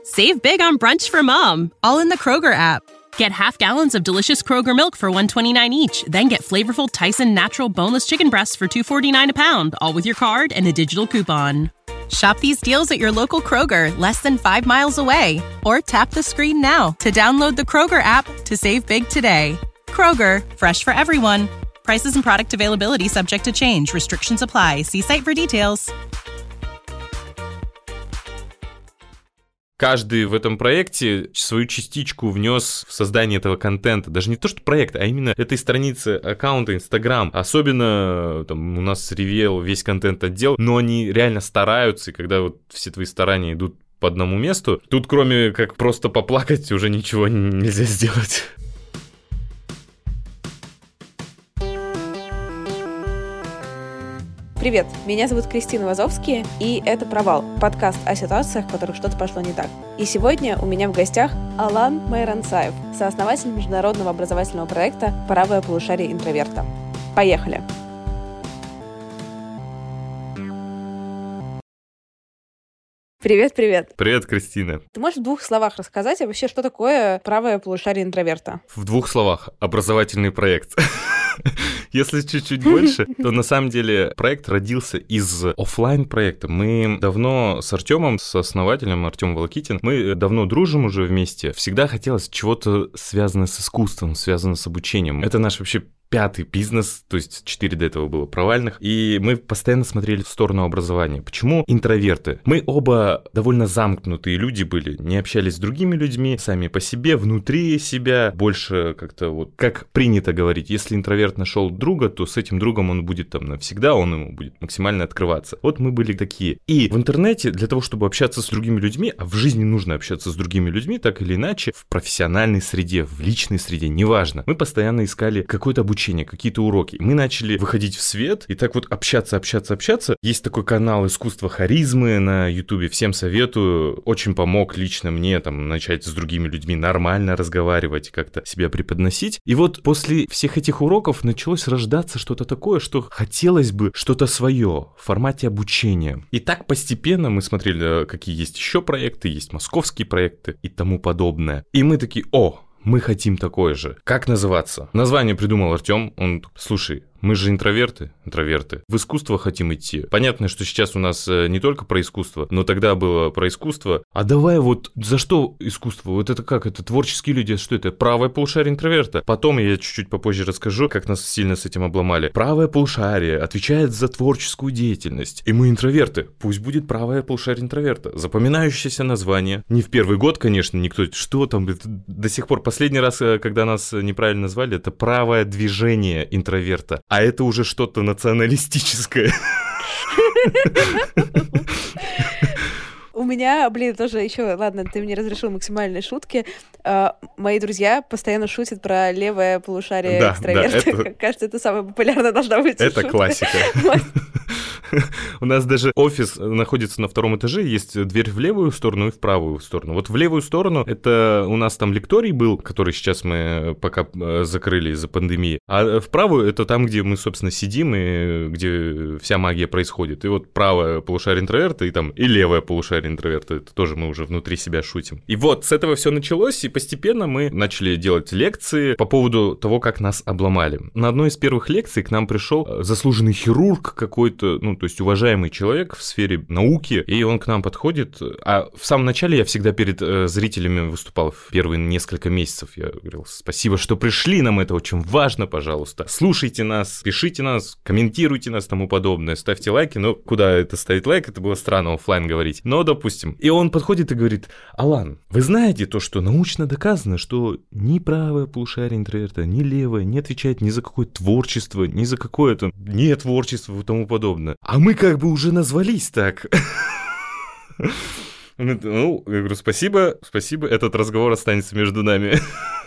Save big on brunch for mom, all in the Kroger app. Get half gallons of delicious Kroger milk for $1.29 each. Then get flavorful Tyson natural boneless chicken breasts for $2.49 a pound, all with your card and a digital coupon. Shop these deals at your local Kroger, less than 5 miles away. Or tap the screen now to download the Kroger app to save big today. Kroger, fresh for everyone. Prices and product availability subject to change. Restrictions apply. See site for details. Каждый в этом проекте свою частичку внес в создание этого контента. Даже не то, что проект, а именно этой страницы аккаунта Instagram. Особенно там у нас ревел весь контент-отдел, но они реально стараются, и когда вот все твои старания идут по одному месту, тут кроме как просто поплакать уже ничего нельзя сделать. Привет, меня зовут Кристина Вазовский, и это «Провал» — подкаст о ситуациях, в которых что-то пошло не так. И сегодня у меня в гостях Алан Майранцаев, сооснователь международного образовательного проекта «Правое полушарие интроверта». Поехали! Привет-привет. Привет, Кристина. Ты можешь в 2 словах рассказать вообще, что такое правое полушарие интроверта? В 2 словах. Образовательный проект. Если чуть-чуть больше, то на самом деле проект родился из офлайн-проекта. Мы давно с Артемом, с основателем Артем Волокитин, мы давно дружим уже вместе. Всегда хотелось чего-то связанное с искусством, связанное с обучением. Это наш вообще 5-й бизнес, то есть 4 до этого было провальных, и мы постоянно смотрели в сторону образования. Почему интроверты? Мы оба довольно замкнутые люди были, не общались с другими людьми, сами по себе, внутри себя, больше как-то вот, как принято говорить, если интроверт нашел друга, то с этим другом он будет там навсегда, он ему будет максимально открываться. Вот мы были такие. И в интернете для того, чтобы общаться с другими людьми, а в жизни нужно общаться с другими людьми, так или иначе, в профессиональной среде, в личной среде, неважно, мы постоянно искали какое-то обучение, какие-то уроки. Мы начали выходить в свет и так вот общаться. Есть такой канал «Искусство харизмы» на Ютубе, всем советую, очень помог лично мне там начать с другими людьми нормально разговаривать, как-то себя преподносить. И вот после всех этих уроков началось рождаться что-то такое, что хотелось бы что-то свое в формате обучения. И так постепенно мы смотрели, какие есть еще проекты, есть московские проекты и тому подобное. И мы такие: мы хотим такое же. Как называться? Название придумал Артем. Он: слушай, мы же интроверты. В искусство хотим идти. Понятно, что сейчас у нас не только про искусство, но тогда было про искусство. А давай вот за что искусство? Вот это как? Это творческие люди, что это? Правое полушарие интроверта. Потом я чуть-чуть попозже расскажу, как нас сильно с этим обломали. Правое полушарие отвечает за творческую деятельность. И мы интроверты. Пусть будет правое полушарие интроверта. Запоминающееся название. Не в первый год, конечно, никто... Что там? До сих пор последний раз, когда нас неправильно назвали, это правое движение интроверта. А это уже что-то националистическое. У меня, тоже еще, ладно, ты мне разрешил максимальные шутки. Мои друзья постоянно шутят про левое полушарие экстраверта. Да, кажется, это самая популярная должна быть это шутка. Классика. У нас даже офис находится на 2-м этаже, есть дверь в левую сторону и в правую сторону. Вот в левую сторону это у нас там лекторий был, который сейчас мы пока закрыли из-за пандемии, а в правую это там, где мы, собственно, сидим и где вся магия происходит. И вот правое полушарие интроверта и левое полушарие интроверта, это тоже мы уже внутри себя шутим. И вот с этого все началось, и постепенно мы начали делать лекции по поводу того, как нас обломали. На одной из первых лекций к нам пришел заслуженный хирург какой-то, то есть уважаемый человек в сфере науки, и он к нам подходит. А в самом начале я всегда перед зрителями выступал в первые несколько месяцев. Я говорил: спасибо, что пришли, нам это очень важно, пожалуйста. Слушайте нас, пишите нас, комментируйте нас, тому подобное, ставьте лайки. Но куда это ставить лайк, это было странно офлайн говорить. Но, допустим. И он подходит и говорит: Алан, вы знаете то, что научно доказано, что ни правое полушарие интроверта, ни левое не отвечает ни за какое творчество, ни за какое-то не творчество и тому подобное. А мы как бы уже назвались так. Я говорю: спасибо, этот разговор останется между нами.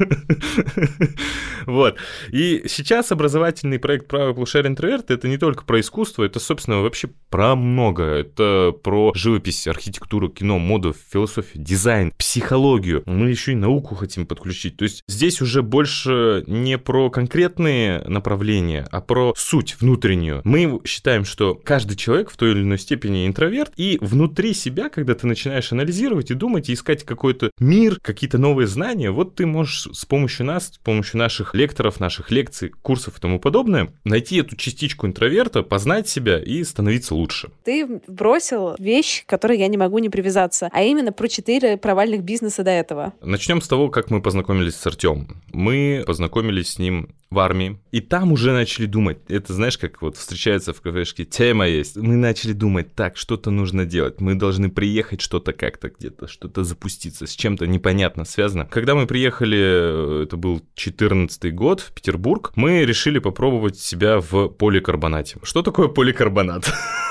Вот. И сейчас образовательный проект «Правое полушарие интроверта» — это не только про искусство, это, собственно, вообще про многое. Это про живопись, архитектуру, кино, моду, философию, дизайн, психологию. Мы еще и науку хотим подключить. То есть здесь уже больше не про конкретные направления, а про суть внутреннюю. Мы считаем, что каждый человек в той или иной степени интроверт, и внутри себя, когда ты начинаешь начинаешь анализировать и думать, и искать какой-то мир, какие-то новые знания, вот ты можешь с помощью нас, с помощью наших лекторов, наших лекций, курсов и тому подобное, найти эту частичку интроверта, познать себя и становиться лучше. Ты бросил вещь, к которой я не могу не привязаться, а именно про 4 провальных бизнеса до этого. Начнем с того, как мы познакомились с Артёмом. Мы познакомились с ним в армии, и там уже начали думать. Это, знаешь, как вот встречается в кафешке, тема есть. Мы начали думать, так, что-то нужно делать. Мы должны приехать, что-то как-то где-то, что-то запуститься, с чем-то непонятно связано. Когда мы приехали, это был 14-й год, в Петербург, мы решили попробовать себя в поликарбонате. Что такое поликарбонат?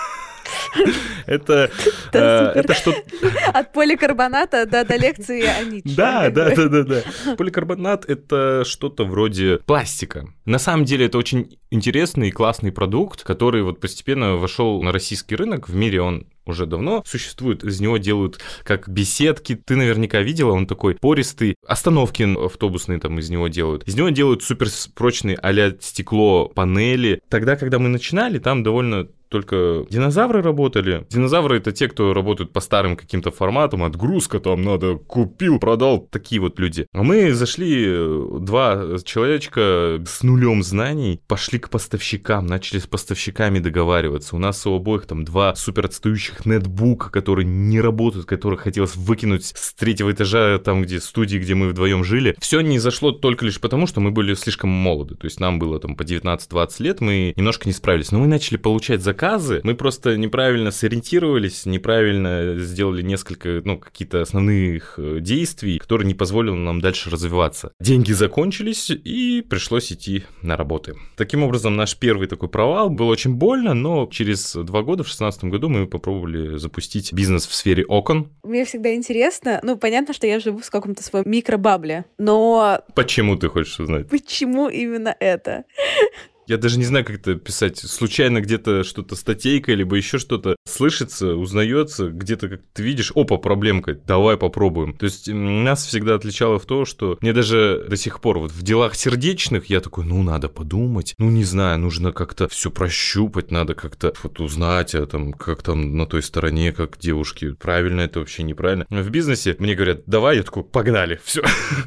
Это что... От поликарбоната до лекции о Ницше. Да. Поликарбонат — это что-то вроде пластика. На самом деле это очень интересный и классный продукт, который вот постепенно вошел на российский рынок. В мире он уже давно существует, из него делают как беседки, ты наверняка видела, он такой пористый, остановки автобусные там из него делают. Из него делают суперпрочные а-ля стекло панели. Тогда, когда мы начинали, там довольно только динозавры работали. Динозавры — это те, кто работают по старым каким-то форматам, отгрузка там надо, купил, продал, такие вот люди. А мы зашли, 2 человечка с нулем знаний, пошли к поставщикам, начали с поставщиками договариваться. У нас у обоих там 2 супер отстающих нетбука, которые не работают, которых хотелось выкинуть с 3-го этажа, там где студии, где мы вдвоем жили. Все не зашло только лишь потому, что мы были слишком молоды. То есть нам было там по 19-20 лет, мы немножко не справились. Но мы начали получать заказы, мы просто неправильно сориентировались, неправильно сделали несколько, какие-то основных действий, которые не позволили нам дальше развиваться. Деньги закончились, и пришлось идти на работы. Таким образом, наш первый такой провал был очень больно, но через 2 года, в 2016 году, мы попробовали запустить бизнес в сфере окон. Мне всегда интересно, понятно, что я живу в каком-то своем микробабле, но... Почему ты хочешь узнать? Почему именно это? Я даже не знаю, как это писать. Случайно где-то что-то статейка, либо еще что-то слышится, узнается, где-то как ты видишь, опа, проблемка, давай попробуем. То есть нас всегда отличало в том, что мне даже до сих пор вот в делах сердечных я такой, надо подумать, не знаю, нужно как-то все прощупать, надо как-то вот узнать, как там на той стороне, как девушки, правильно это вообще, неправильно. В бизнесе мне говорят, давай, я такой, погнали, все.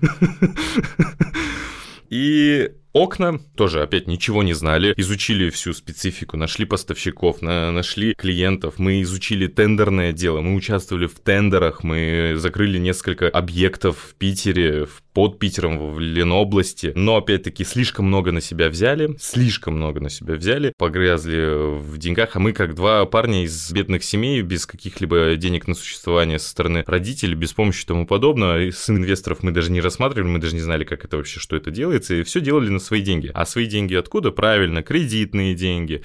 И окна тоже опять ничего не знали, изучили всю специфику, нашли поставщиков, нашли клиентов, мы изучили тендерное дело, мы участвовали в тендерах, мы закрыли несколько объектов в Питере, под Питером, в Ленобласти, но опять-таки слишком много на себя взяли, погрязли в деньгах, а мы как 2 парня из бедных семей, без каких-либо денег на существование со стороны родителей, без помощи и тому подобного, и с инвесторов мы даже не рассматривали, мы даже не знали, как это вообще, что это делается, и все делали на свои деньги. А свои деньги откуда? Правильно, кредитные деньги.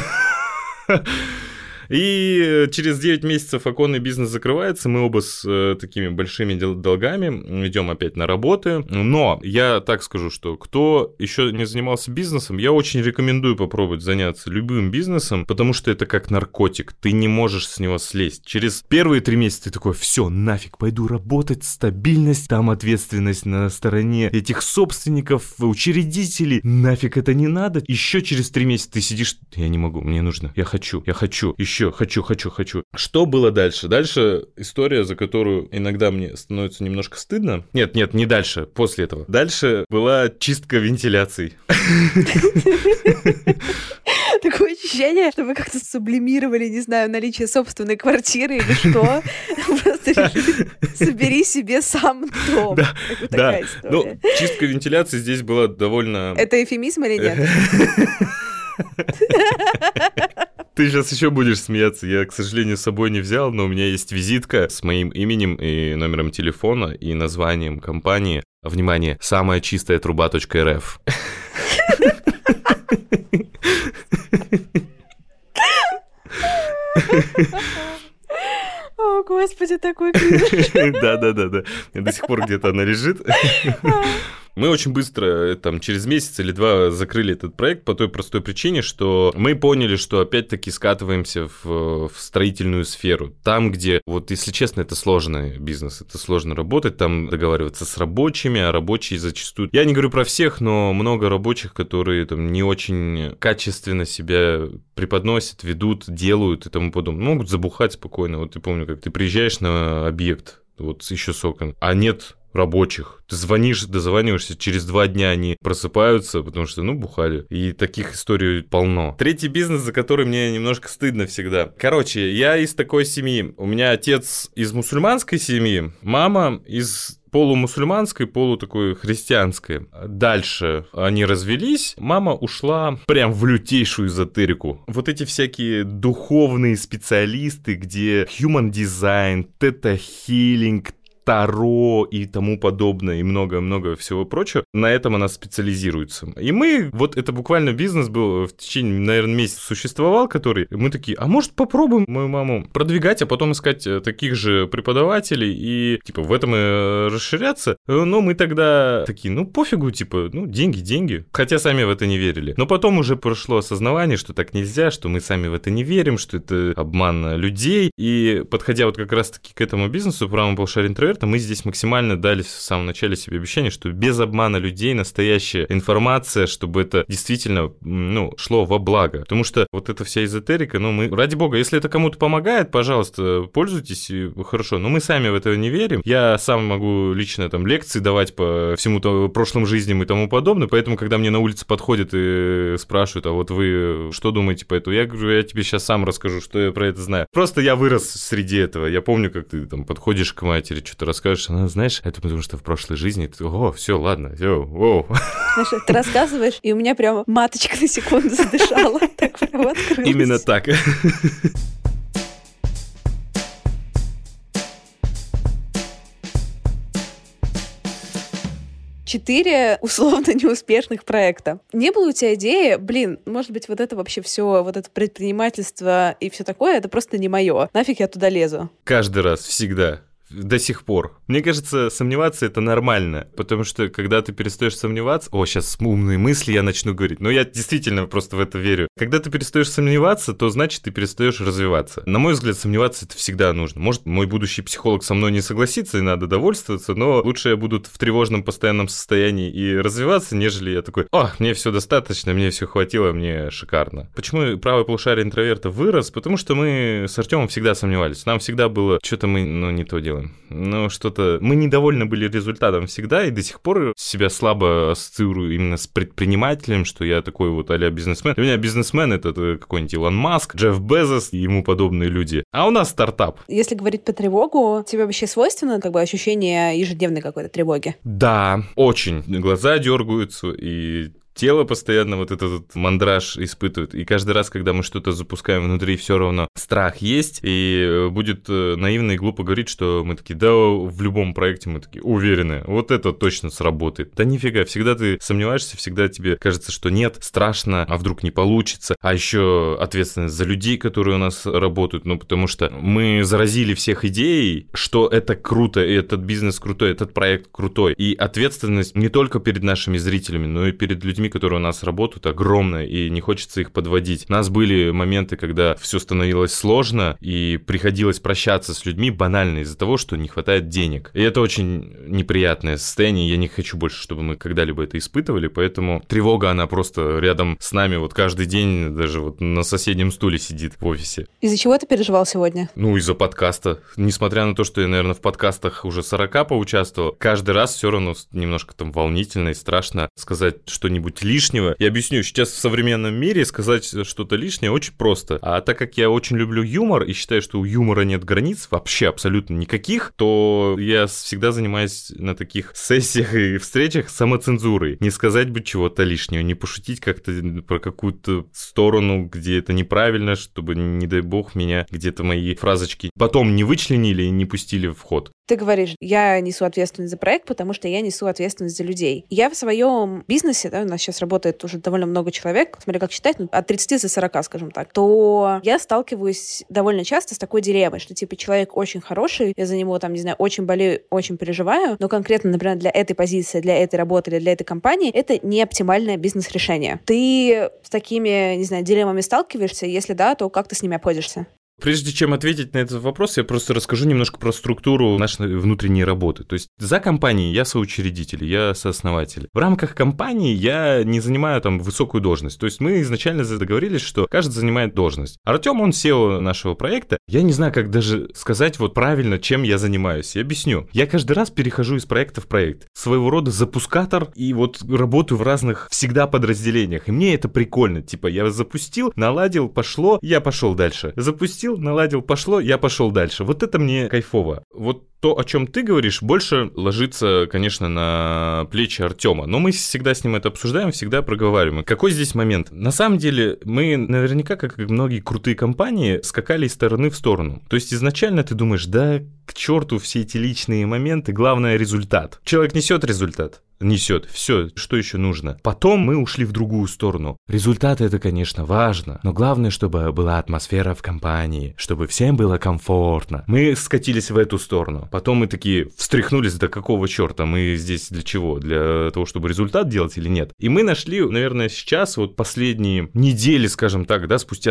И через 9 месяцев оконный бизнес закрывается, мы оба с такими большими долгами идем опять на работы. Но я так скажу, что кто еще не занимался бизнесом, я очень рекомендую попробовать заняться любым бизнесом, потому что это как наркотик, ты не можешь с него слезть. Через первые 3 месяца ты такой, все, нафиг, пойду работать, стабильность, там ответственность на стороне этих собственников, учредителей, нафиг это не надо. Еще через 3 месяца ты сидишь, я не могу, мне нужно, я хочу, еще хочу. Что было дальше? Дальше история, за которую иногда мне становится немножко стыдно. Нет, не дальше, после этого. Дальше была чистка вентиляций. Такое ощущение, что вы как-то сублимировали, не знаю, наличие собственной квартиры или что. Просто решили, собери себе сам дом. Да, чистка вентиляции здесь была довольно... Это эвфемизм или нет? Ты сейчас еще будешь смеяться. Я, к сожалению, с собой не взял, но у меня есть визитка с моим именем и номером телефона и названием компании. Внимание, самая чистая труба.рф. О, господи, такой кринж. Да. До сих пор где-то она лежит. Мы очень быстро, там, через месяц или два закрыли этот проект по той простой причине, что мы поняли, что опять-таки скатываемся в строительную сферу. Там, где, вот если честно, это сложный бизнес, это сложно работать, там договариваться с рабочими, а рабочие зачастую... Я не говорю про всех, но много рабочих, которые там не очень качественно себя преподносят, ведут, делают и тому подобное. Могут забухать спокойно. Вот я помню, как ты приезжаешь на объект, вот еще с окон, а нет рабочих. Ты дозваниваешься, через 2 дня они просыпаются, потому что, бухали. И таких историй полно. Третий бизнес, за который мне немножко стыдно всегда. Короче, я из такой семьи. У меня отец из мусульманской семьи, мама из полумусульманской, такой христианской. Дальше они развелись, мама ушла прям в лютейшую эзотерику. Вот эти всякие духовные специалисты, где human design, тета-хилинг, Таро и тому подобное, и много-много всего прочего. На этом она специализируется. И мы, вот это буквально бизнес был в течение, наверное, месяца существовал, который, мы такие, а может попробуем мою маму продвигать, а потом искать таких же преподавателей и, в этом и расширяться. Но мы тогда такие, пофигу, деньги. Хотя сами в это не верили. Но потом уже прошло осознавание, что так нельзя, что мы сами в это не верим, что это обман людей. И подходя вот как раз-таки к этому бизнесу, правому полушарию интроверта, мы здесь максимально дали в самом начале себе обещание, что без обмана людей настоящая информация, чтобы это действительно, шло во благо. Потому что вот эта вся эзотерика, мы, ради бога, если это кому-то помогает, пожалуйста, пользуйтесь, хорошо. Но мы сами в это не верим. Я сам могу лично там лекции давать по всему прошлым жизням и тому подобное, поэтому, когда мне на улице подходят и спрашивают, а вот вы что думаете по этому? Я говорю, я тебе сейчас сам расскажу, что я про это знаю. Просто я вырос среди этого. Я помню, как ты там подходишь к матери, что-то расскажешь, она, знаешь, это потому что в прошлой жизни ты, все, ладно, все, Знаешь, ты рассказываешь, и у меня прямо маточка на секунду задышала. Так прям открылась. Именно так. 4 условно неуспешных проекта. Не было у тебя идеи, может быть, вот это вообще все, вот это предпринимательство и все такое, это просто не мое. Нафиг я туда лезу? Каждый раз, всегда. До сих пор. Мне кажется, сомневаться — это нормально, потому что, когда ты перестаешь сомневаться... сейчас умные мысли я начну говорить, но я действительно просто в это верю. Когда ты перестаешь сомневаться, то значит, ты перестаешь развиваться. На мой взгляд, сомневаться — это всегда нужно. Может, мой будущий психолог со мной не согласится, и надо довольствоваться, но лучше я буду в тревожном постоянном состоянии и развиваться, нежели я такой, мне все достаточно, мне все хватило, мне шикарно. Почему правое полушарие интроверта вырос? Потому что мы с Артемом всегда сомневались. Нам всегда было, что-то мы, не то делаем. Что-то... Мы недовольны были результатом всегда, и до сих пор себя слабо ассоциирую именно с предпринимателем, что я такой вот а-ля бизнесмен. Для меня бизнесмен — это какой-нибудь Илон Маск, Джефф Безос и ему подобные люди. А у нас стартап. Если говорить про тревогу, тебе вообще свойственно ощущение ежедневной какой-то тревоги? Да, очень. Глаза дергаются, и тело постоянно вот этот мандраж испытывает. И каждый раз, когда мы что-то запускаем внутри, все равно страх есть. И будет наивно и глупо говорить, что мы такие, да, в любом проекте мы такие уверены, вот это точно сработает. Да нифига, всегда ты сомневаешься, всегда тебе кажется, что нет, страшно, а вдруг не получится. А еще ответственность за людей, которые у нас работают, потому что мы заразили всех идеей, что это круто, и этот бизнес крутой, этот проект крутой. И ответственность не только перед нашими зрителями, но и перед людьми, которые у нас работают, огромная, и не хочется их подводить. У нас были моменты, когда все становилось сложно, и приходилось прощаться с людьми банально из-за того, что не хватает денег. И это очень неприятное состояние, я не хочу больше, чтобы мы когда-либо это испытывали, поэтому тревога, она просто рядом с нами вот каждый день, даже вот на соседнем стуле сидит в офисе. Из-за чего ты переживал сегодня? Из-за подкаста. Несмотря на то, что я, наверное, в подкастах уже 40 поучаствовал, каждый раз все равно немножко там волнительно и страшно сказать что-нибудь лишнего. Я объясню, сейчас в современном мире сказать что-то лишнее очень просто. А так как я очень люблю юмор и считаю, что у юмора нет границ, вообще абсолютно никаких, то я всегда занимаюсь на таких сессиях и встречах самоцензурой. Не сказать бы чего-то лишнего, не пошутить как-то про какую-то сторону, где это неправильно, чтобы, не дай бог, меня где-то мои фразочки потом не вычленили и не пустили в ход. Ты говоришь, я несу ответственность за проект, потому что я несу ответственность за людей. Я в своем бизнесе, у нас сейчас работает уже довольно много человек, смотри, как считать, от 30 до 40, скажем так, то я сталкиваюсь довольно часто с такой дилеммой, что, человек очень хороший, я за него, очень болею, очень переживаю, но конкретно, например, для этой позиции, для этой работы или для этой компании это не оптимальное бизнес-решение. Ты с такими, дилеммами сталкиваешься? Если да, то как ты с ними обходишься? Прежде чем ответить на этот вопрос, я просто расскажу немножко про структуру нашей внутренней работы. То есть за компанией я соучредитель, я сооснователь. В рамках компании я не занимаю высокую должность. То есть мы изначально договорились, что каждый занимает должность. Артем, он SEO нашего проекта. Я не знаю, как даже сказать правильно, чем я занимаюсь. Я объясню. Я каждый раз перехожу из проекта в проект. Своего рода запускатор и работаю в разных всегда подразделениях. И мне это прикольно. Я запустил, наладил, пошло, я пошел дальше. Запустил, наладил, пошло, я пошел дальше. Это мне кайфово. То, о чем ты говоришь, больше ложится, конечно, на плечи Артема. Но мы всегда с ним это обсуждаем, всегда проговариваем. Какой здесь момент? На самом деле, мы наверняка, как и многие крутые компании, скакали из стороны в сторону. То есть изначально ты думаешь, да к черту все эти личные моменты, главное результат. Человек несет результат. Несет. Все, что еще нужно. Потом мы ушли в другую сторону. Результаты это, конечно, важно, но главное, чтобы была атмосфера в компании, чтобы всем было комфортно. Мы скатились в эту сторону. Потом мы такие встряхнулись, до какого черта, мы здесь для чего? Для того, чтобы результат делать или нет? И мы нашли, наверное, сейчас, последние недели, скажем так, спустя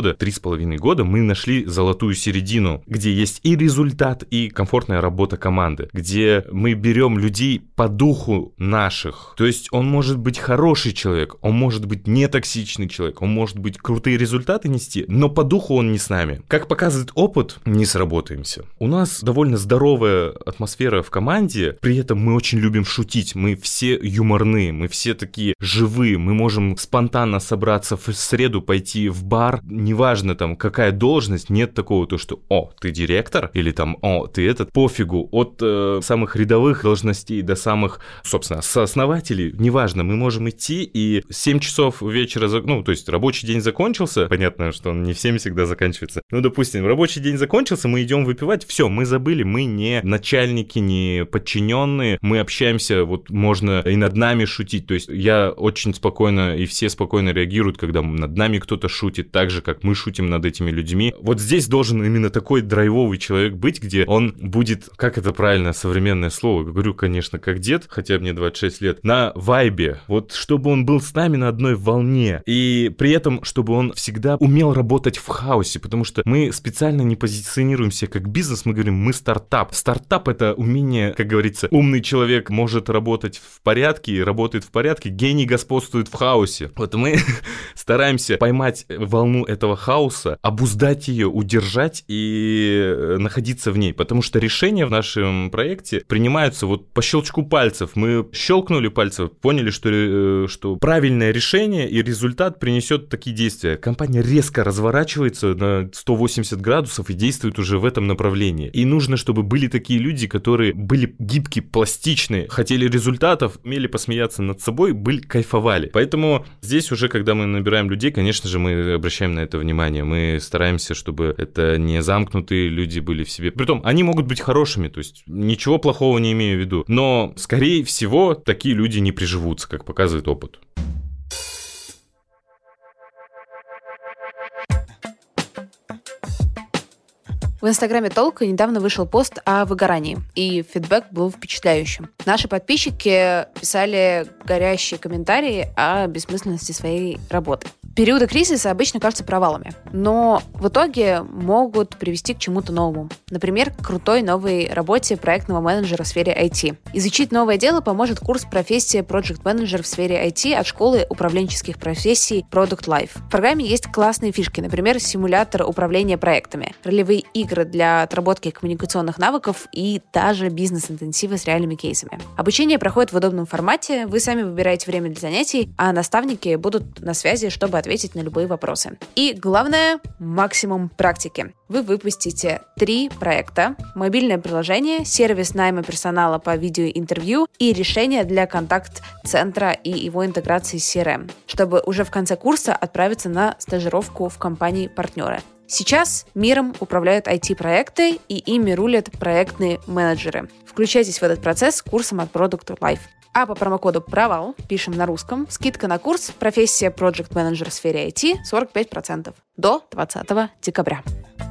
3,5 года, мы нашли золотую середину, где есть и результат, и комфортная работа команды, где мы берем людей по духу наших. То есть он может быть хороший человек, он может быть не токсичный человек, он может быть крутые результаты нести, но по духу он не с нами. Как показывает опыт, не сработаемся. У нас довольно здоровая атмосфера в команде, при этом мы очень любим шутить, мы все юморные, мы все такие живые, мы можем спонтанно собраться в среду, пойти в бар, неважно какая должность, нет такого, что ты директор, или ты этот, пофигу, от самых рядовых должностей до самых, собственно, сооснователей, неважно, мы можем идти и 7 часов вечера, то есть рабочий день закончился, понятно, что он не в 7 всегда заканчивается, допустим, рабочий день закончился, мы идем выпивать, все, мы забыли, мы не начальники, не подчиненные, мы общаемся, можно и над нами шутить, то есть я очень спокойно, и все спокойно реагируют, когда над нами кто-то шутит, так же, как мы шутим над этими людьми. Здесь должен именно такой драйвовый человек быть, где он будет, как это правильно, современное слово, говорю, конечно, как дед, хотя мне 26 лет, на вайбе, чтобы он был с нами на одной волне, и при этом, чтобы он всегда умел работать в хаосе, потому что мы специально не позиционируемся как бизнес, мы говорим, мы стартап. Стартап — это умение, как говорится, умный человек может работать в порядке и работает в порядке, гений господствует в хаосе. Мы стараемся поймать волну этого хаоса, обуздать ее, удержать и находиться в ней, потому что решения в нашем проекте принимаются по щелчку пальцев. Мы щелкнули пальцем, поняли, что правильное решение и результат принесет такие действия. Компания резко разворачивается на 180 градусов и действует уже в этом направлении. И нужно, чтобы были такие люди, которые были гибкие, пластичные, хотели результатов, умели посмеяться над собой, кайфовали. Поэтому здесь уже, когда мы набираем людей, конечно же, мы обращаем на это внимание. Мы стараемся, чтобы это не замкнутые люди были в себе. Притом, они могут быть хорошими, то есть ничего плохого не имею в виду. Но, скорее всего, такие люди не приживутся, как показывает опыт. В инстаграме Толка недавно вышел пост о выгорании, и фидбэк был впечатляющим. Наши подписчики писали горящие комментарии о бессмысленности своей работы. Периоды кризиса обычно кажутся провалами, но в итоге могут привести к чему-то новому. Например, к крутой новой работе проектного менеджера в сфере IT. Изучить новое дело поможет курс профессия Project Manager в сфере IT от школы управленческих профессий Product Life. В программе есть классные фишки, например, симулятор управления проектами, ролевые игры для отработки коммуникационных навыков и даже бизнес-интенсивы с реальными кейсами. Обучение проходит в удобном формате, вы сами выбираете время для занятий, а наставники будут на связи, чтобы ответить на любые вопросы. И главное, максимум практики. Вы выпустите 3 проекта, мобильное приложение, сервис найма персонала по видеоинтервью и решение для контакт-центра и его интеграции с CRM, чтобы уже в конце курса отправиться на стажировку в компании-партнеры. Сейчас миром управляют IT-проекты, и ими рулят проектные менеджеры. Включайтесь в этот процесс с курсом от Product Life. А по промокоду «Провал» пишем на русском. Скидка на курс «Профессия Project Manager в сфере IT» 45% до 20 декабря.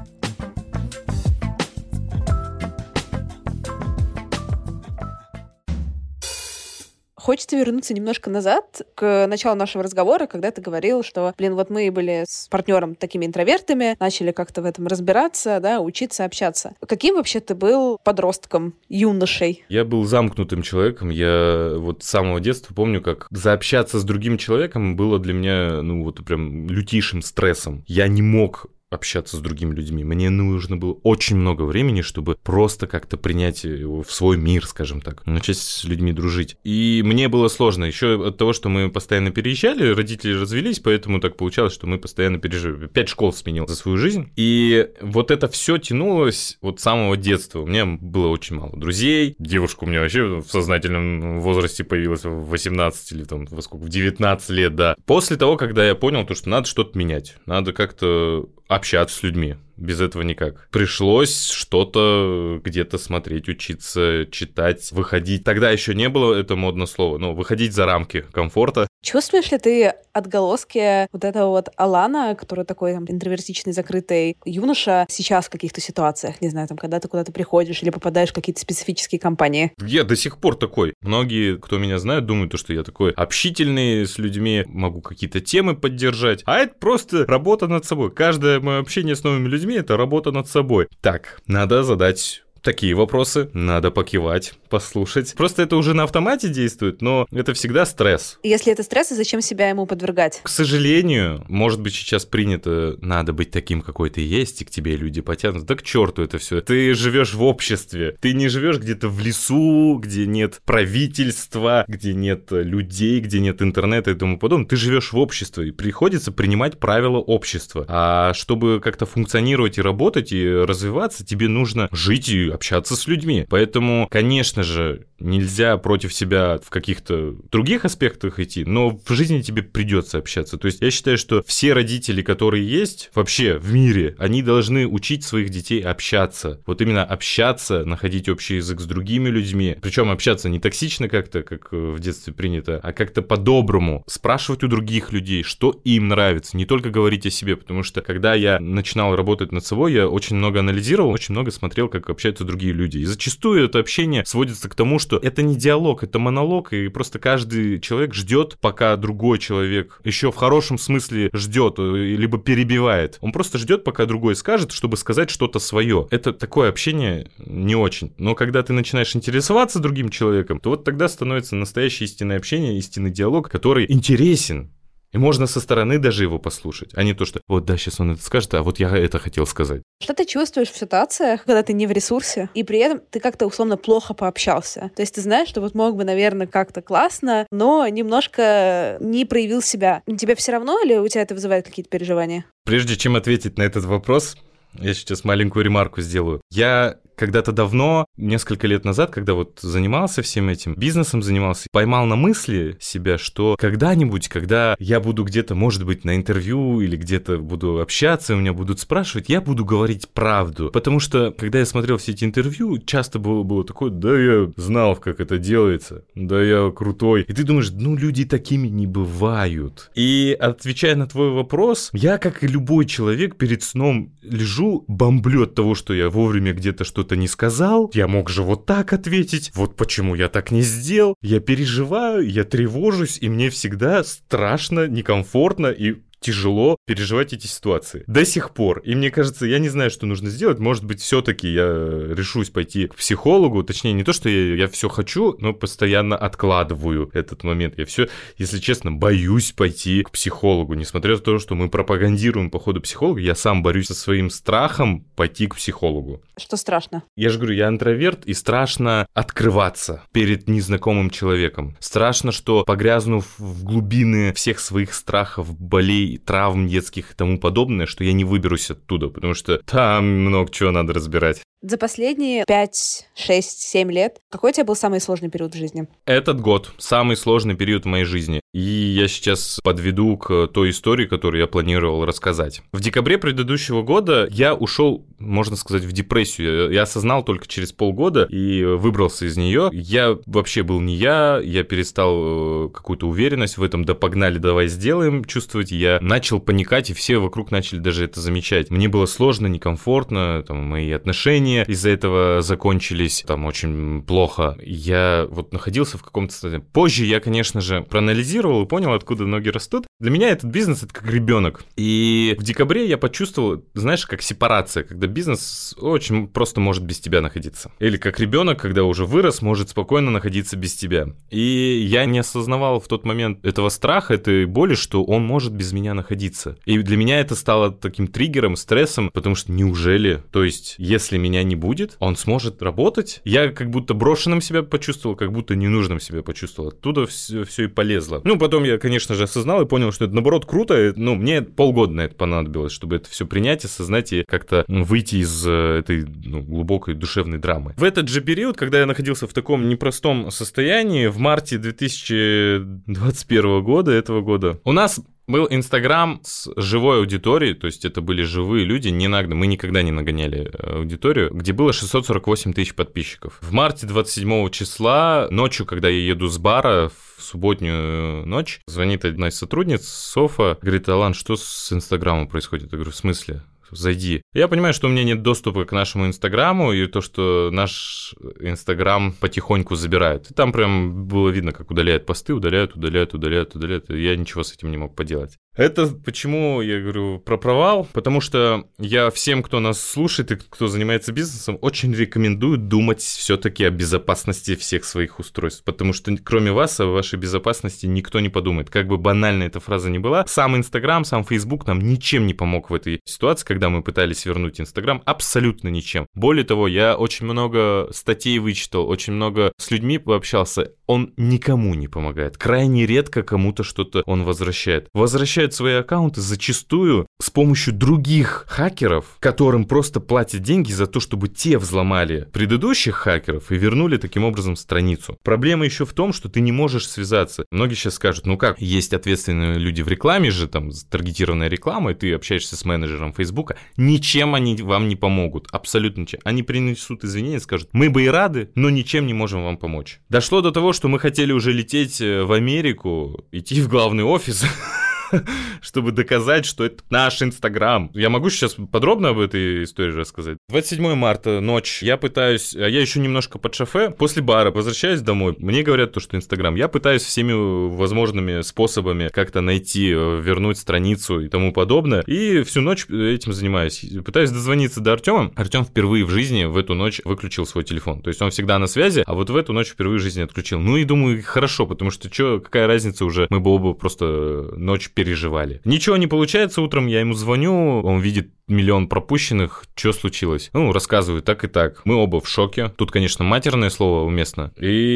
Хочется вернуться немножко назад, к началу нашего разговора, когда ты говорил, что, вот мы были с партнером такими интровертами, начали как-то в этом разбираться, да, учиться, общаться. Каким вообще ты был подростком, юношей? Я был замкнутым человеком. Я с самого детства помню, как заобщаться с другим человеком было для меня, прям лютейшим стрессом. Я не мог общаться с другими людьми. Мне нужно было очень много времени, чтобы просто как-то принять его в свой мир, скажем так, начать с людьми дружить. И мне было сложно. Еще от того, что мы постоянно переезжали, родители развелись, поэтому так получалось, что мы постоянно переезжали. 5 школ сменил за свою жизнь. И это все тянулось с самого детства. У меня было очень мало друзей. Девушка у меня вообще в сознательном возрасте появилась в 18 или в 19 лет, да. После того, когда я понял, что надо что-то менять, надо как-то общаться с людьми. Без этого никак. Пришлось что-то где-то смотреть, учиться, читать, выходить. Тогда еще не было это модное слово, но выходить за рамки комфорта. Чувствуешь ли ты отголоски этого Алана, который такой интровертичный, закрытый юноша, сейчас в каких-то ситуациях? Не знаю, когда ты куда-то приходишь или попадаешь в какие-то специфические компании? Я до сих пор такой. Многие, кто меня знает, думают, что я такой общительный с людьми, могу какие-то темы поддержать. А это просто работа над собой. Каждое мое общение с новыми людьми — это работа над собой. Так, надо задать такие вопросы, надо покивать, послушать. Просто это уже на автомате действует, но это всегда стресс. Если это стресс, зачем себя ему подвергать? К сожалению, может быть, сейчас принято, надо быть таким, какой ты есть, и к тебе люди потянутся. Да к черту это все. Ты живешь в обществе. Ты не живешь где-то в лесу, где нет правительства, где нет людей, где нет интернета и тому подобное. Ты живешь в обществе, и приходится принимать правила общества. А чтобы как-то функционировать и работать, и развиваться, тебе нужно жить и общаться с людьми. Поэтому, конечно же, нельзя против себя в каких-то других аспектах идти, но в жизни тебе придется общаться. То есть я считаю, что все родители, которые есть вообще в мире, они должны учить своих детей общаться. Именно общаться, находить общий язык с другими людьми. Причем общаться не токсично как-то, как в детстве принято, а как-то по-доброму. Спрашивать у других людей, что им нравится. Не только говорить о себе, потому что когда я начинал работать над собой, я очень много анализировал, очень много смотрел, как общаются другие люди. И зачастую это общение сводится к тому, что это не диалог, это монолог, и просто каждый человек ждет, пока другой человек еще в хорошем смысле ждет, либо перебивает. Он просто ждет, пока другой скажет, чтобы сказать что-то свое. Это такое общение не очень. Но когда ты начинаешь интересоваться другим человеком, то тогда становится настоящее истинное общение, истинный диалог, который интересен. И можно со стороны даже его послушать, а не то, что сейчас он это скажет, а я это хотел сказать. Что ты чувствуешь в ситуациях, когда ты не в ресурсе, и при этом ты как-то условно плохо пообщался? То есть ты знаешь, что мог бы, наверное, как-то классно, но немножко не проявил себя. Тебе все равно или у тебя это вызывает какие-то переживания? Прежде чем ответить на этот вопрос, я сейчас маленькую ремарку сделаю. Я когда-то давно, несколько лет назад, когда занимался всем этим, бизнесом занимался, поймал на мысли себя, что когда-нибудь, когда я буду где-то, может быть, на интервью или где-то буду общаться, у меня будут спрашивать, я буду говорить правду. Потому что, когда я смотрел все эти интервью, часто было такое, да я знал, как это делается, да я крутой. И ты думаешь, люди такими не бывают. И отвечая на твой вопрос, я, как и любой человек, перед сном лежу, бомблю от того, что я вовремя где-то что-то не сказал, я мог же так ответить, почему я так не сделал, я переживаю, я тревожусь, и мне всегда страшно, некомфортно и тяжело переживать эти ситуации. До сих пор. И мне кажется, я не знаю, что нужно сделать. Может быть, все-таки я решусь пойти к психологу. Точнее, не то, что я все хочу, но постоянно откладываю этот момент. Я все, если честно, боюсь пойти к психологу. Несмотря на то, что мы пропагандируем по ходу психолога, я сам борюсь со своим страхом пойти к психологу. Что страшно? Я же говорю, я интроверт, и страшно открываться перед незнакомым человеком. Страшно, что погрязнув в глубины всех своих страхов, болей, травм детских и тому подобное, что я не выберусь оттуда, потому что там много чего надо разбирать. За последние 5, 6, 7 лет какой у тебя был самый сложный период в жизни? Этот год самый сложный период в моей жизни. И я сейчас подведу к той истории, которую я планировал рассказать. В декабре предыдущего года я ушел, можно сказать, в депрессию. Я осознал только через полгода и выбрался из нее. Я вообще был не я перестал какую-то уверенность в этом, да погнали, давай сделаем, чувствовать. Я начал паникать, и все вокруг начали даже это замечать. Мне было сложно, некомфортно, там, мои отношения из-за этого закончились, там, очень плохо. Я вот находился в каком-то состоянии. Позже я, конечно же, проанализировал и понял, откуда ноги растут. Для меня этот бизнес — это как ребенок. И в декабре я почувствовал, знаешь, как сепарация, когда бизнес очень просто может без тебя находиться. Или как ребенок, когда уже вырос, может спокойно находиться без тебя. И я не осознавал в тот момент этого страха, этой боли, что он может без меня находиться. И для меня это стало таким триггером, стрессом, потому что неужели, то есть, если меня не будет, он сможет работать? Я как будто брошенным себя почувствовал, как будто ненужным себя почувствовал. Оттуда все и полезло. Ну, потом я, конечно же, осознал и понял, что это, наоборот, круто. Ну, мне полгода на это понадобилось, чтобы это все принять, осознать и как-то выйти из этой глубокой душевной драмы. В этот же период, когда я находился в таком непростом состоянии, в марте 2021 года, этого года, у нас был Инстаграм с живой аудиторией, то есть это были живые люди, мы никогда не нагоняли аудиторию, где было 648 тысяч подписчиков. В марте 27 числа, ночью, когда я еду с бара, в субботнюю ночь, звонит одна из сотрудниц, Софа, говорит: Алан, что с Инстаграмом происходит? Я говорю: в смысле? Зайди. Я понимаю, что у меня нет доступа к нашему Инстаграму, и то, что наш Инстаграм потихоньку забирают. И там прям было видно, как удаляют посты, удаляют. И я ничего с этим не мог поделать. Это почему я говорю про провал? Потому что я всем, кто нас слушает и кто занимается бизнесом, очень рекомендую думать все-таки о безопасности всех своих устройств. Потому что кроме вас о вашей безопасности никто не подумает. Как бы банально эта фраза ни была, сам Инстаграм, сам Фейсбук нам ничем не помог в этой ситуации, когда мы пытались вернуть Инстаграм, абсолютно ничем. Более того, я очень много статей вычитал, очень много с людьми пообщался. Он никому не помогает. Крайне редко кому-то что-то он возвращает. Возвращает свои аккаунты зачастую с помощью других хакеров, которым просто платят деньги за то, чтобы те взломали предыдущих хакеров и вернули таким образом страницу. Проблема еще в том, что ты не можешь связаться. Многие сейчас скажут: ну как, есть ответственные люди в рекламе же, там таргетированная реклама, и ты общаешься с менеджером Фейсбука. Ничем они вам не помогут, абсолютно ничем. Они принесут извинения, скажут: мы бы и рады, но ничем не можем вам помочь. Дошло до того, что мы хотели уже лететь в Америку, идти в главный офис, чтобы доказать, что это наш Инстаграм. Я могу сейчас подробно об этой истории рассказать. 27 марта, ночь. Я еще немножко под шофе. После бара возвращаюсь домой. Мне говорят, что Инстаграм. Я пытаюсь всеми возможными способами как-то найти, вернуть страницу и тому подобное. И всю ночь этим занимаюсь. Пытаюсь дозвониться до Артема. Артем впервые в жизни в эту ночь выключил свой телефон. То есть он всегда на связи, а вот в эту ночь впервые в жизни отключил. Ну и думаю, хорошо, потому что какая разница уже, мы бы оба просто ночь переживали. Ничего не получается, утром я ему звоню, он видит миллион пропущенных, что случилось? Ну, рассказываю так и так. Мы оба в шоке. Тут, конечно, матерное слово уместно.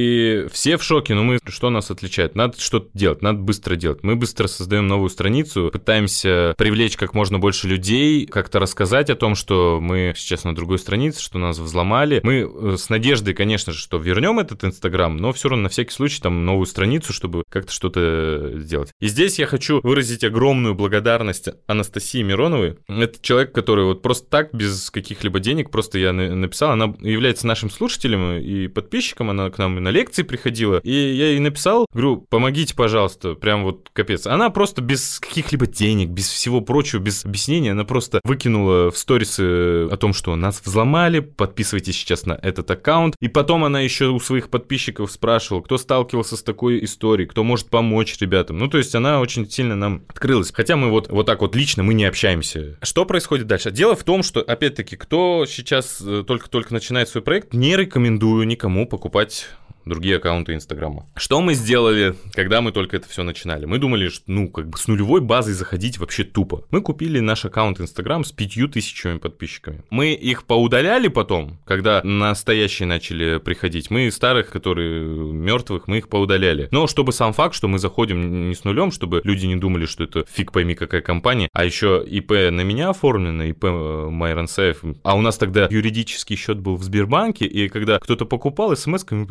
И все в шоке, но что нас отличает? Надо что-то делать, надо быстро делать. Мы быстро создаем новую страницу, пытаемся привлечь как можно больше людей, как-то рассказать о том, что мы сейчас на другой странице, что нас взломали. Мы с надеждой, конечно же, что вернем этот Инстаграм, но все равно на всякий случай там новую страницу, чтобы как-то что-то сделать. И здесь я хочу выразить огромную благодарность Анастасии Мироновой. Это человек, который вот просто так, без каких-либо денег, просто я написал, она является нашим слушателем и подписчиком, она к нам на лекции приходила, и я ей написал, говорю: помогите, пожалуйста, прям вот капец. Она просто без каких-либо денег, без всего прочего, без объяснения, она просто выкинула в сторисы о том, что нас взломали, подписывайтесь сейчас на этот аккаунт, и потом она еще у своих подписчиков спрашивала, кто сталкивался с такой историей, кто может помочь ребятам. Ну, то есть она очень сильно нам открылась. Хотя мы вот так вот лично мы не общаемся. Что происходит дальше? Дело в том, что, опять-таки, кто сейчас только начинает свой проект, не рекомендую никому покупать другие аккаунты Инстаграма. Что мы сделали, когда мы только это все начинали? Мы думали, что, с нулевой базой заходить вообще тупо. Мы купили наш аккаунт Инстаграм с 5000 подписчиками. Мы их поудаляли потом, когда настоящие начали приходить. Мы старых, которые мертвых, мы их поудаляли. Но чтобы сам факт, что мы заходим не с нулем, чтобы люди не думали, что это фиг пойми какая компания, а еще ИП на меня оформлено, ИП Майранцаев. А у нас тогда юридический счет был в Сбербанке, и когда кто-то покупал, смс-ками приходило: а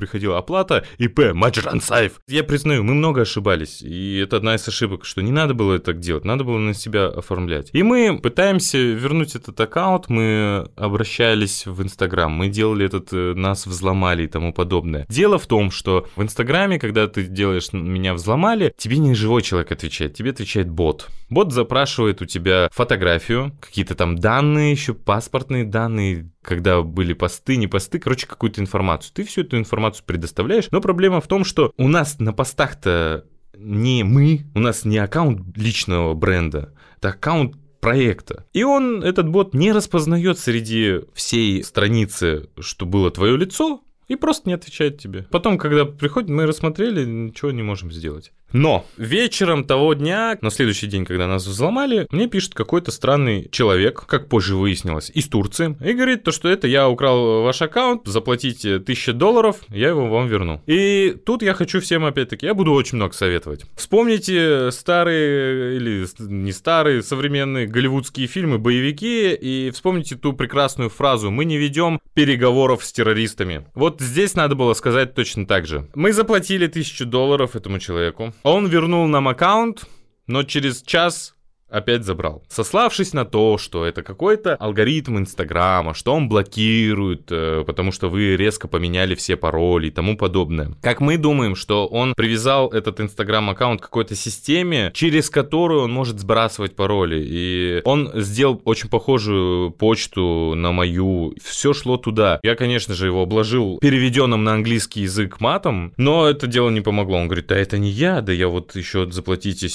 оплата ИП Маджрансаев. Я признаю, мы много ошибались, и это одна из ошибок, что не надо было так делать, надо было на себя оформлять. И мы пытаемся вернуть этот аккаунт, мы обращались в Инстаграм, мы делали нас взломали и тому подобное. Дело в том, что в Инстаграме, когда ты делаешь «меня взломали», тебе не живой человек отвечает, тебе отвечает бот. Бот запрашивает у тебя фотографию, какие-то там данные еще, паспортные данные, когда были посты, не посты, короче, какую-то информацию. Ты всю эту информацию предоставляешь, но проблема в том, что у нас на постах-то не мы, у нас не аккаунт личного бренда, это аккаунт проекта. И этот бот не распознает среди всей страницы, что было твое лицо, и просто не отвечает тебе. Потом, когда приходит, мы рассмотрели, ничего не можем сделать. Но вечером того дня, на следующий день, когда нас взломали, мне пишет какой-то странный человек, как позже выяснилось, из Турции, и говорит, что это я украл ваш аккаунт, заплатите $1000, я его вам верну. И тут я хочу всем, опять-таки, я буду очень много советовать. Вспомните старые, или не старые, современные голливудские фильмы, боевики, и вспомните ту прекрасную фразу «Мы не ведем переговоров с террористами». Вот здесь надо было сказать точно так же. Мы заплатили $1000 этому человеку. Он вернул нам аккаунт, но через час опять забрал, сославшись на то, что это какой-то алгоритм Инстаграма, что он блокирует, потому что вы резко поменяли все пароли и тому подобное. Как мы думаем, что он привязал этот Инстаграм-аккаунт к какой-то системе, через которую он может сбрасывать пароли, и он сделал очень похожую почту на мою, все шло туда. Я, конечно же, его обложил переведенным на английский язык матом, но это дело не помогло. Он говорит, да это не я, да я вот еще заплатите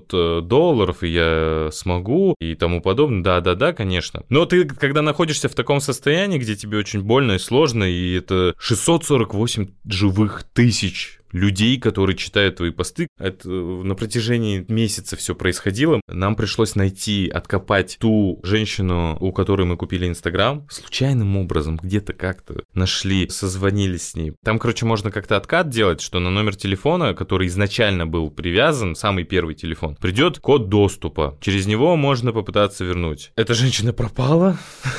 $700, и я смогу и тому подобное. Да, конечно. Но ты, когда находишься в таком состоянии, где тебе очень больно и сложно, и это 648 живых тысяч людей, которые читают твои посты. Это на протяжении месяца все происходило. Нам пришлось откопать ту женщину, у которой мы купили Инстаграм. Случайным образом, где-то как-то нашли, созвонились с ней. Там, короче, можно как-то откат делать, что на номер телефона, который изначально был привязан, самый первый телефон, придет код доступа. Через него можно попытаться вернуть. Эта женщина пропала.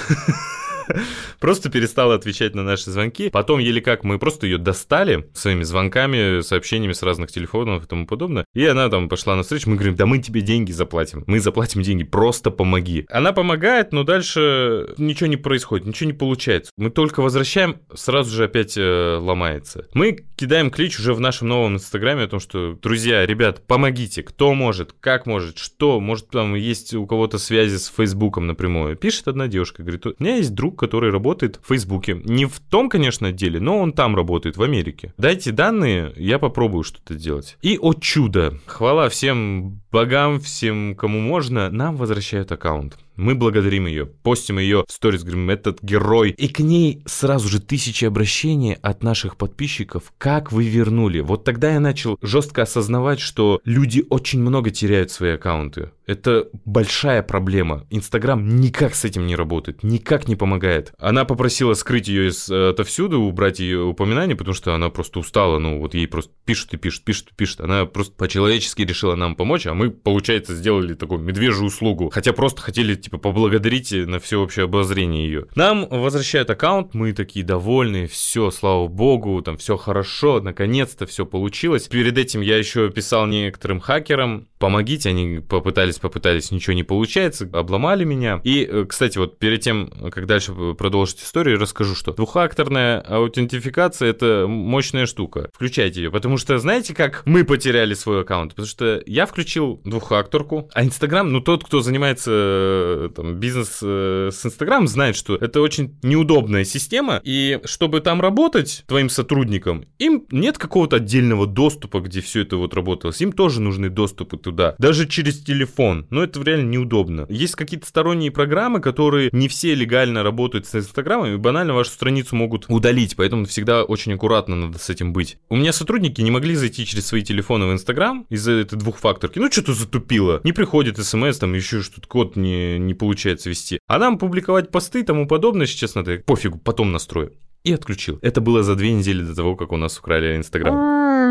Просто перестала отвечать на наши звонки. Потом, еле как, мы просто ее достали своими звонками, сообщениями с разных телефонов и тому подобное. И она там пошла навстречу. Мы говорим, да мы тебе деньги заплатим. Мы заплатим деньги, просто помоги. Она помогает, но дальше ничего не происходит, ничего не получается. Мы только возвращаем, сразу же опять ломается. Мы кидаем клич уже в нашем новом Инстаграме о том, что, друзья, ребят, помогите, кто может, как может, что, может там есть у кого-то связи с Фейсбуком напрямую. Пишет одна девушка, говорит, у меня есть друг, который работает в Фейсбуке. Не в том, конечно, отделе, но он там работает, в Америке. Дайте данные, я попробую что-то делать. И, о чудо, хвала всем богам, всем, кому можно, нам возвращают аккаунт. Мы благодарим ее, постим ее в сторис, говорим, этот герой. И к ней сразу же 1000 обращений от наших подписчиков, как вы вернули. Вот тогда я начал жестко осознавать, что люди очень много теряют свои аккаунты. Это большая проблема. Инстаграм никак с этим не работает, никак не помогает. Она попросила скрыть ее отовсюду, убрать ее упоминания, потому что она просто устала. Ну вот ей просто пишут и пишут. Она просто по-человечески решила нам помочь, а мы, получается, сделали такую медвежью услугу. Хотя просто хотели поблагодарить на всеобщее обозрение ее. Нам возвращают аккаунт, мы такие довольные, все, слава богу, там все хорошо, наконец-то все получилось. Перед этим я еще писал некоторым хакерам, помогите, они попытались, ничего не получается, обломали меня. И, кстати, вот перед тем, как дальше продолжить историю, расскажу, что двухфакторная аутентификация — это мощная штука. Включайте ее, потому что знаете, как мы потеряли свой аккаунт? Потому что я включил двухфакторку, а Инстаграм, ну тот, кто занимается там, бизнес с Инстаграм, знает, что это очень неудобная система, и чтобы там работать твоим сотрудникам, им нет какого-то отдельного доступа, где все это вот работалось, им тоже нужны доступы туда, даже через телефон, но это реально неудобно. Есть какие-то сторонние программы, которые не все легально работают с Инстаграмом, и банально вашу страницу могут удалить, поэтому всегда очень аккуратно надо с этим быть. У меня сотрудники не могли зайти через свои телефоны в Инстаграм из-за этой двухфакторки, ну что-то затупило, не приходит смс, там еще что-то, код не получается вести. А нам публиковать посты и тому подобное сейчас надо, пофигу, потом настрою. И отключил. Это было за 2 недели до того, как у нас украли Инстаграм.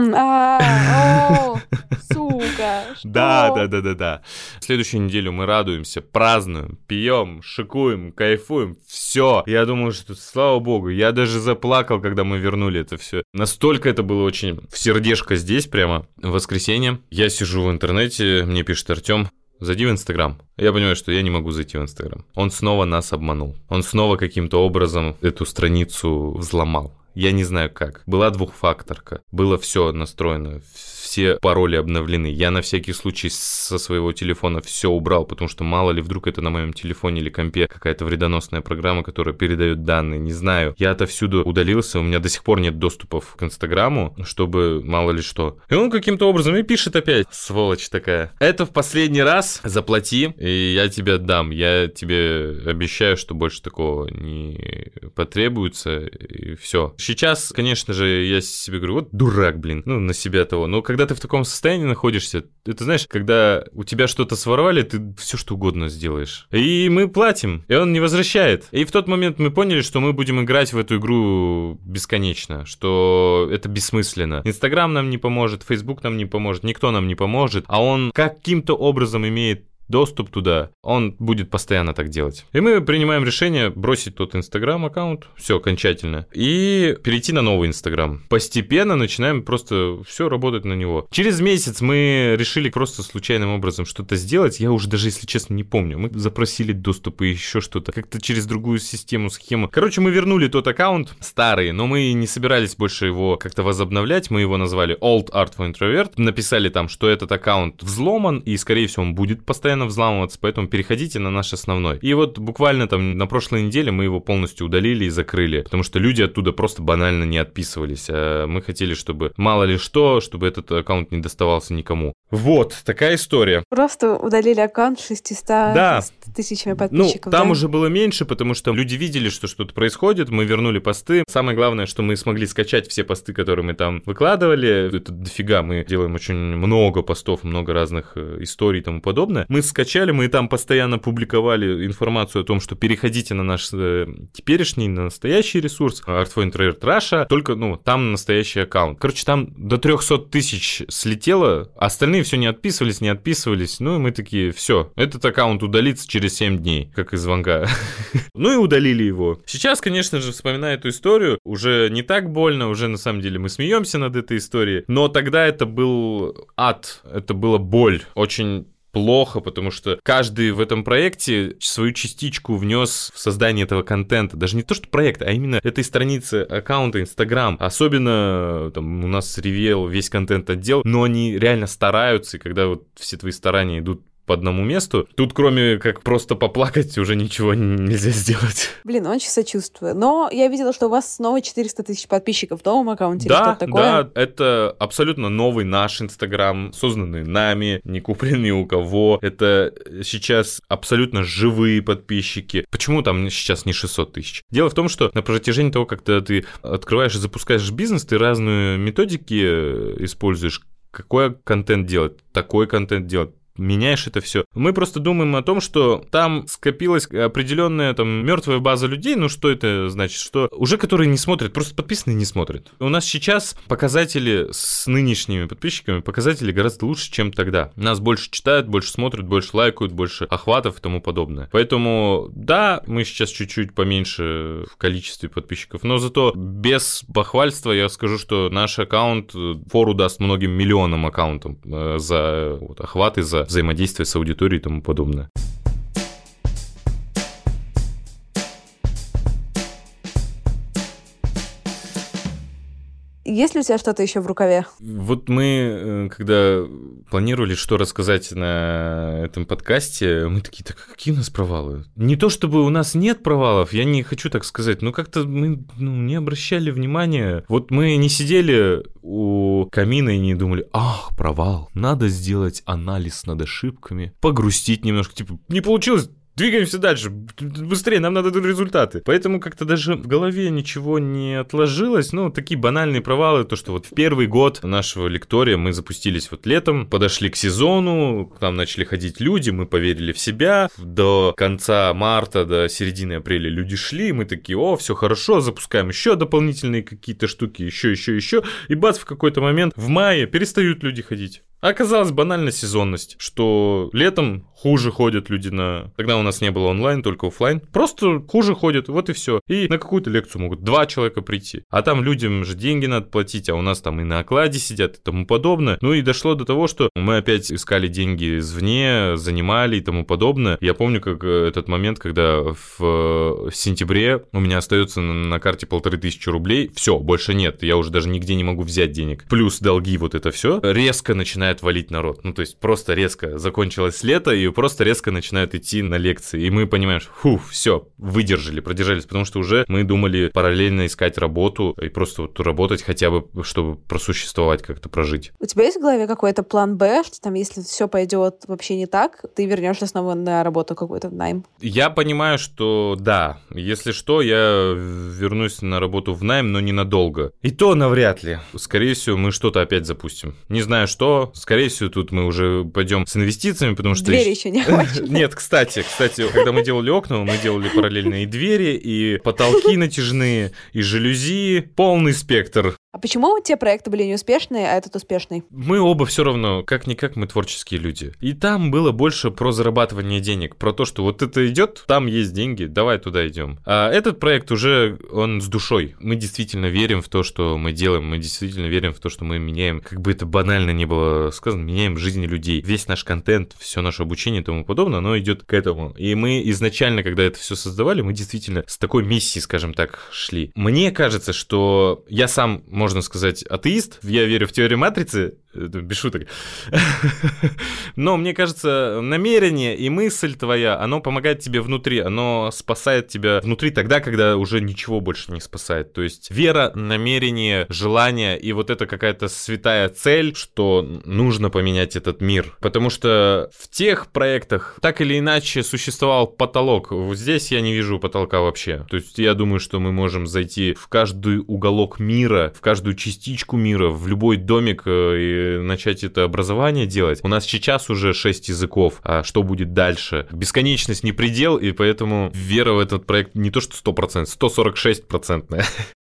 Сука. Да. Следующую неделю мы радуемся, празднуем, пьем, шикуем, кайфуем. Все. Я думаю, что, слава богу, я даже заплакал, когда мы вернули это все. Настолько это было очень в сердечко здесь прямо. В воскресенье я сижу в интернете, мне пишет Артем: зайди в Инстаграм. Я понимаю, что я не могу зайти в Инстаграм. Он снова нас обманул. Он снова каким-то образом эту страницу взломал. Я не знаю как. Была двухфакторка. Было все настроено. Все пароли обновлены. Я на всякий случай со своего телефона все убрал, потому что мало ли вдруг это на моем телефоне или компе какая-то вредоносная программа, которая передает данные. Не знаю. Я отовсюду удалился. У меня до сих пор нет доступов к Инстаграму, чтобы мало ли что. И он каким-то образом и пишет опять. Сволочь такая. Это в последний раз. Заплати, и я тебе отдам. Я тебе обещаю, что больше такого не потребуется. И все. Сейчас, конечно же, я себе говорю: вот дурак, блин. Ну, на себя того. Но когда ты в таком состоянии находишься, это знаешь, когда у тебя что-то своровали, ты все что угодно сделаешь. И мы платим, и он не возвращает. И в тот момент мы поняли, что мы будем играть в эту игру бесконечно, что это бессмысленно. Инстаграм нам не поможет, Фейсбук нам не поможет, никто нам не поможет, а он каким-то образом имеет доступ туда, он будет постоянно так делать. И мы принимаем решение бросить тот Инстаграм-аккаунт, все, окончательно, и перейти на новый Инстаграм. Постепенно начинаем просто все работать на него. Через месяц мы решили просто случайным образом что-то сделать, я уже даже, если честно, не помню. Мы запросили доступ и еще что-то, как-то через другую систему, схему. Короче, мы вернули тот аккаунт старый, но мы не собирались больше его как-то возобновлять, мы его назвали Old Art for Introvert, написали там, что этот аккаунт взломан, и, скорее всего, он будет постоянно взламываться, поэтому переходите на наш основной. И вот буквально там на прошлой неделе мы его полностью удалили и закрыли, потому что люди оттуда просто банально не отписывались, а мы хотели, чтобы мало ли что, чтобы этот аккаунт не доставался никому. Вот, такая история. Просто удалили аккаунт 600 тысячами подписчиков. Ну, там уже было меньше, потому что люди видели, что что-то происходит, мы вернули посты. Самое главное, что мы смогли скачать все посты, которые мы там выкладывали. Это дофига, мы делаем очень много постов, много разных историй и тому подобное. Мы скачали, мы там постоянно публиковали информацию о том, что переходите на наш теперешний, на настоящий ресурс Art for Introvert Russia, только, там настоящий аккаунт. Короче, там до 300 тысяч слетело, остальные все не отписывались, и мы такие: все, этот аккаунт удалится через 7 дней, как из Ванга. Ну и удалили его. Сейчас, конечно же, вспоминая эту историю, уже не так больно, уже на самом деле мы смеемся над этой историей, но тогда это был ад, это была боль, очень плохо, потому что каждый в этом проекте свою частичку внес в создание этого контента. Даже не то, что проект, а именно этой страницы аккаунта Instagram. Особенно там у нас ревел весь контент-отдел, но они реально стараются, и когда вот все твои старания идут по одному месту, тут кроме как просто поплакать уже ничего нельзя сделать. Блин, очень сочувствую. Но я видела, что у вас снова 400 тысяч подписчиков в новом аккаунте. Да, такое. Да, это абсолютно новый наш Инстаграм, созданный нами, не купленный у кого. Это сейчас абсолютно живые подписчики. Почему там сейчас не 600 тысяч? Дело в том, что на протяжении того, когда ты открываешь и запускаешь бизнес, ты разные методики используешь. Какой контент делать, такой контент делать. Меняешь это все. Мы просто думаем о том, что там скопилась определенная мертвая база людей. Ну, что это значит? Что уже которые не смотрят, просто подписанные не смотрят. У нас сейчас показатели с нынешними подписчиками, показатели гораздо лучше, чем тогда. Нас больше читают, больше смотрят, больше лайкают, больше охватов и тому подобное. Поэтому, да, мы сейчас чуть-чуть поменьше в количестве подписчиков, но зато без бахвальства я скажу, что наш аккаунт фору даст многим миллионам аккаунтам за охваты, за взаимодействие с аудиторией и тому подобное. Есть ли у тебя что-то еще в рукаве? Вот мы, когда планировали, что рассказать на этом подкасте, мы такие: так какие у нас провалы? Не то чтобы у нас нет провалов, я не хочу так сказать, но как-то мы не обращали внимания. Вот мы не сидели у камина и не думали: провал, надо сделать анализ над ошибками, погрустить немножко, не получилось. двигаемся дальше, быстрее, нам надо результаты. Поэтому как-то даже в голове ничего не отложилось. Ну, такие банальные провалы, то, что вот в первый год нашего лектория мы запустились вот летом, подошли к сезону, к нам начали ходить люди, мы поверили в себя. До конца марта, до середины апреля люди шли, мы такие, все хорошо, запускаем еще дополнительные какие-то штуки, еще. И бац, в какой-то момент в мае перестают люди ходить. А оказалась банальная сезонность, что летом хуже ходят люди Тогда у нас не было онлайн, только офлайн. Просто хуже ходят, вот и все. И на какую-то лекцию могут 2 человека прийти. А там людям же деньги надо платить, а у нас там и на окладе сидят и тому подобное. Ну и дошло до того, что мы опять искали деньги извне, занимали и тому подобное. Я помню, как этот момент, когда в сентябре у меня остается на карте 1500 рублей. Все, больше нет. Я уже даже нигде не могу взять денег. Плюс долги, вот это все. Резко начинает валить народ. Ну, то есть просто резко закончилось лето, и просто резко начинают идти на лекции. И мы понимаем, что все, выдержали, продержались, потому что уже мы думали параллельно искать работу и просто вот работать хотя бы, чтобы просуществовать, как-то прожить. У тебя есть в голове какой-то план Б, что там, если все пойдет вообще не так, ты вернешься снова на работу какую-то в найм? Я понимаю, что да, если что, я вернусь на работу в найм, но ненадолго. И то навряд ли. Скорее всего, мы что-то опять запустим. Не знаю что, скорее всего, тут мы уже пойдем с инвестициями, потому что... Двери еще не хватит. Нет, кстати, когда мы делали окна, мы делали параллельно и двери, и потолки натяжные, и жалюзи, полный спектр. А почему те проекты были неуспешные, а этот успешный? Мы оба все равно, как-никак, мы творческие люди. И там было больше про зарабатывание денег, про то, что вот это идет, там есть деньги, давай туда идем. А этот проект уже, он с душой. Мы действительно верим в то, что мы делаем, мы действительно верим в то, что мы меняем, как бы это банально не было сказано, меняем жизни людей. Весь наш контент, все наше обучение и тому подобное, оно идет к этому. И мы изначально, когда это все создавали, мы действительно с такой миссией, скажем так, шли. Мне кажется, что я сам, можно сказать, атеист, я верю в теорию матрицы, без шуток. Но, мне кажется, намерение и мысль твоя, оно помогает тебе внутри, оно спасает тебя внутри тогда, когда уже ничего больше не спасает. То есть вера, намерение, желание и вот это какая-то святая цель, что нужно поменять этот мир. Потому что в тех проектах так или иначе существовал потолок. Вот здесь я не вижу потолка вообще. То есть я думаю, что мы можем зайти в каждый уголок мира, в каждую частичку мира, в любой домик и начать это образование делать. У нас сейчас уже 6 языков, а что будет дальше? Бесконечность не предел, и поэтому вера в этот проект не то что 100%, 146%.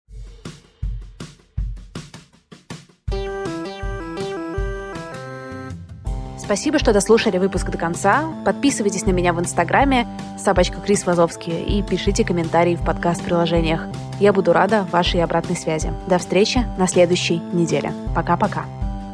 Спасибо, что дослушали выпуск до конца. Подписывайтесь на меня в Инстаграме @KrisVazovsky и пишите комментарии в подкаст-приложениях. Я буду рада вашей обратной связи. До встречи на следующей неделе. Пока-пока.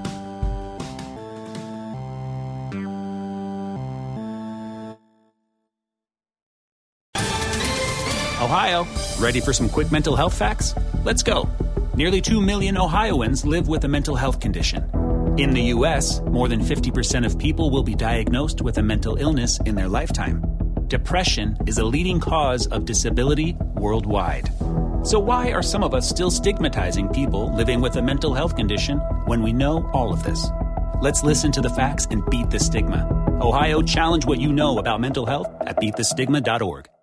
Ohio, ready for some quick mental health facts? Let's go. Nearly 2 million Ohioans live with a mental health condition. In the U.S., more than 50% of people will be diagnosed with a mental illness in their lifetime. Depression is a leading cause of disability worldwide. So why are some of us still stigmatizing people living with a mental health condition when we know all of this? Let's listen to the facts and beat the stigma. Ohio, challenge what you know about mental health at beatthestigma.org.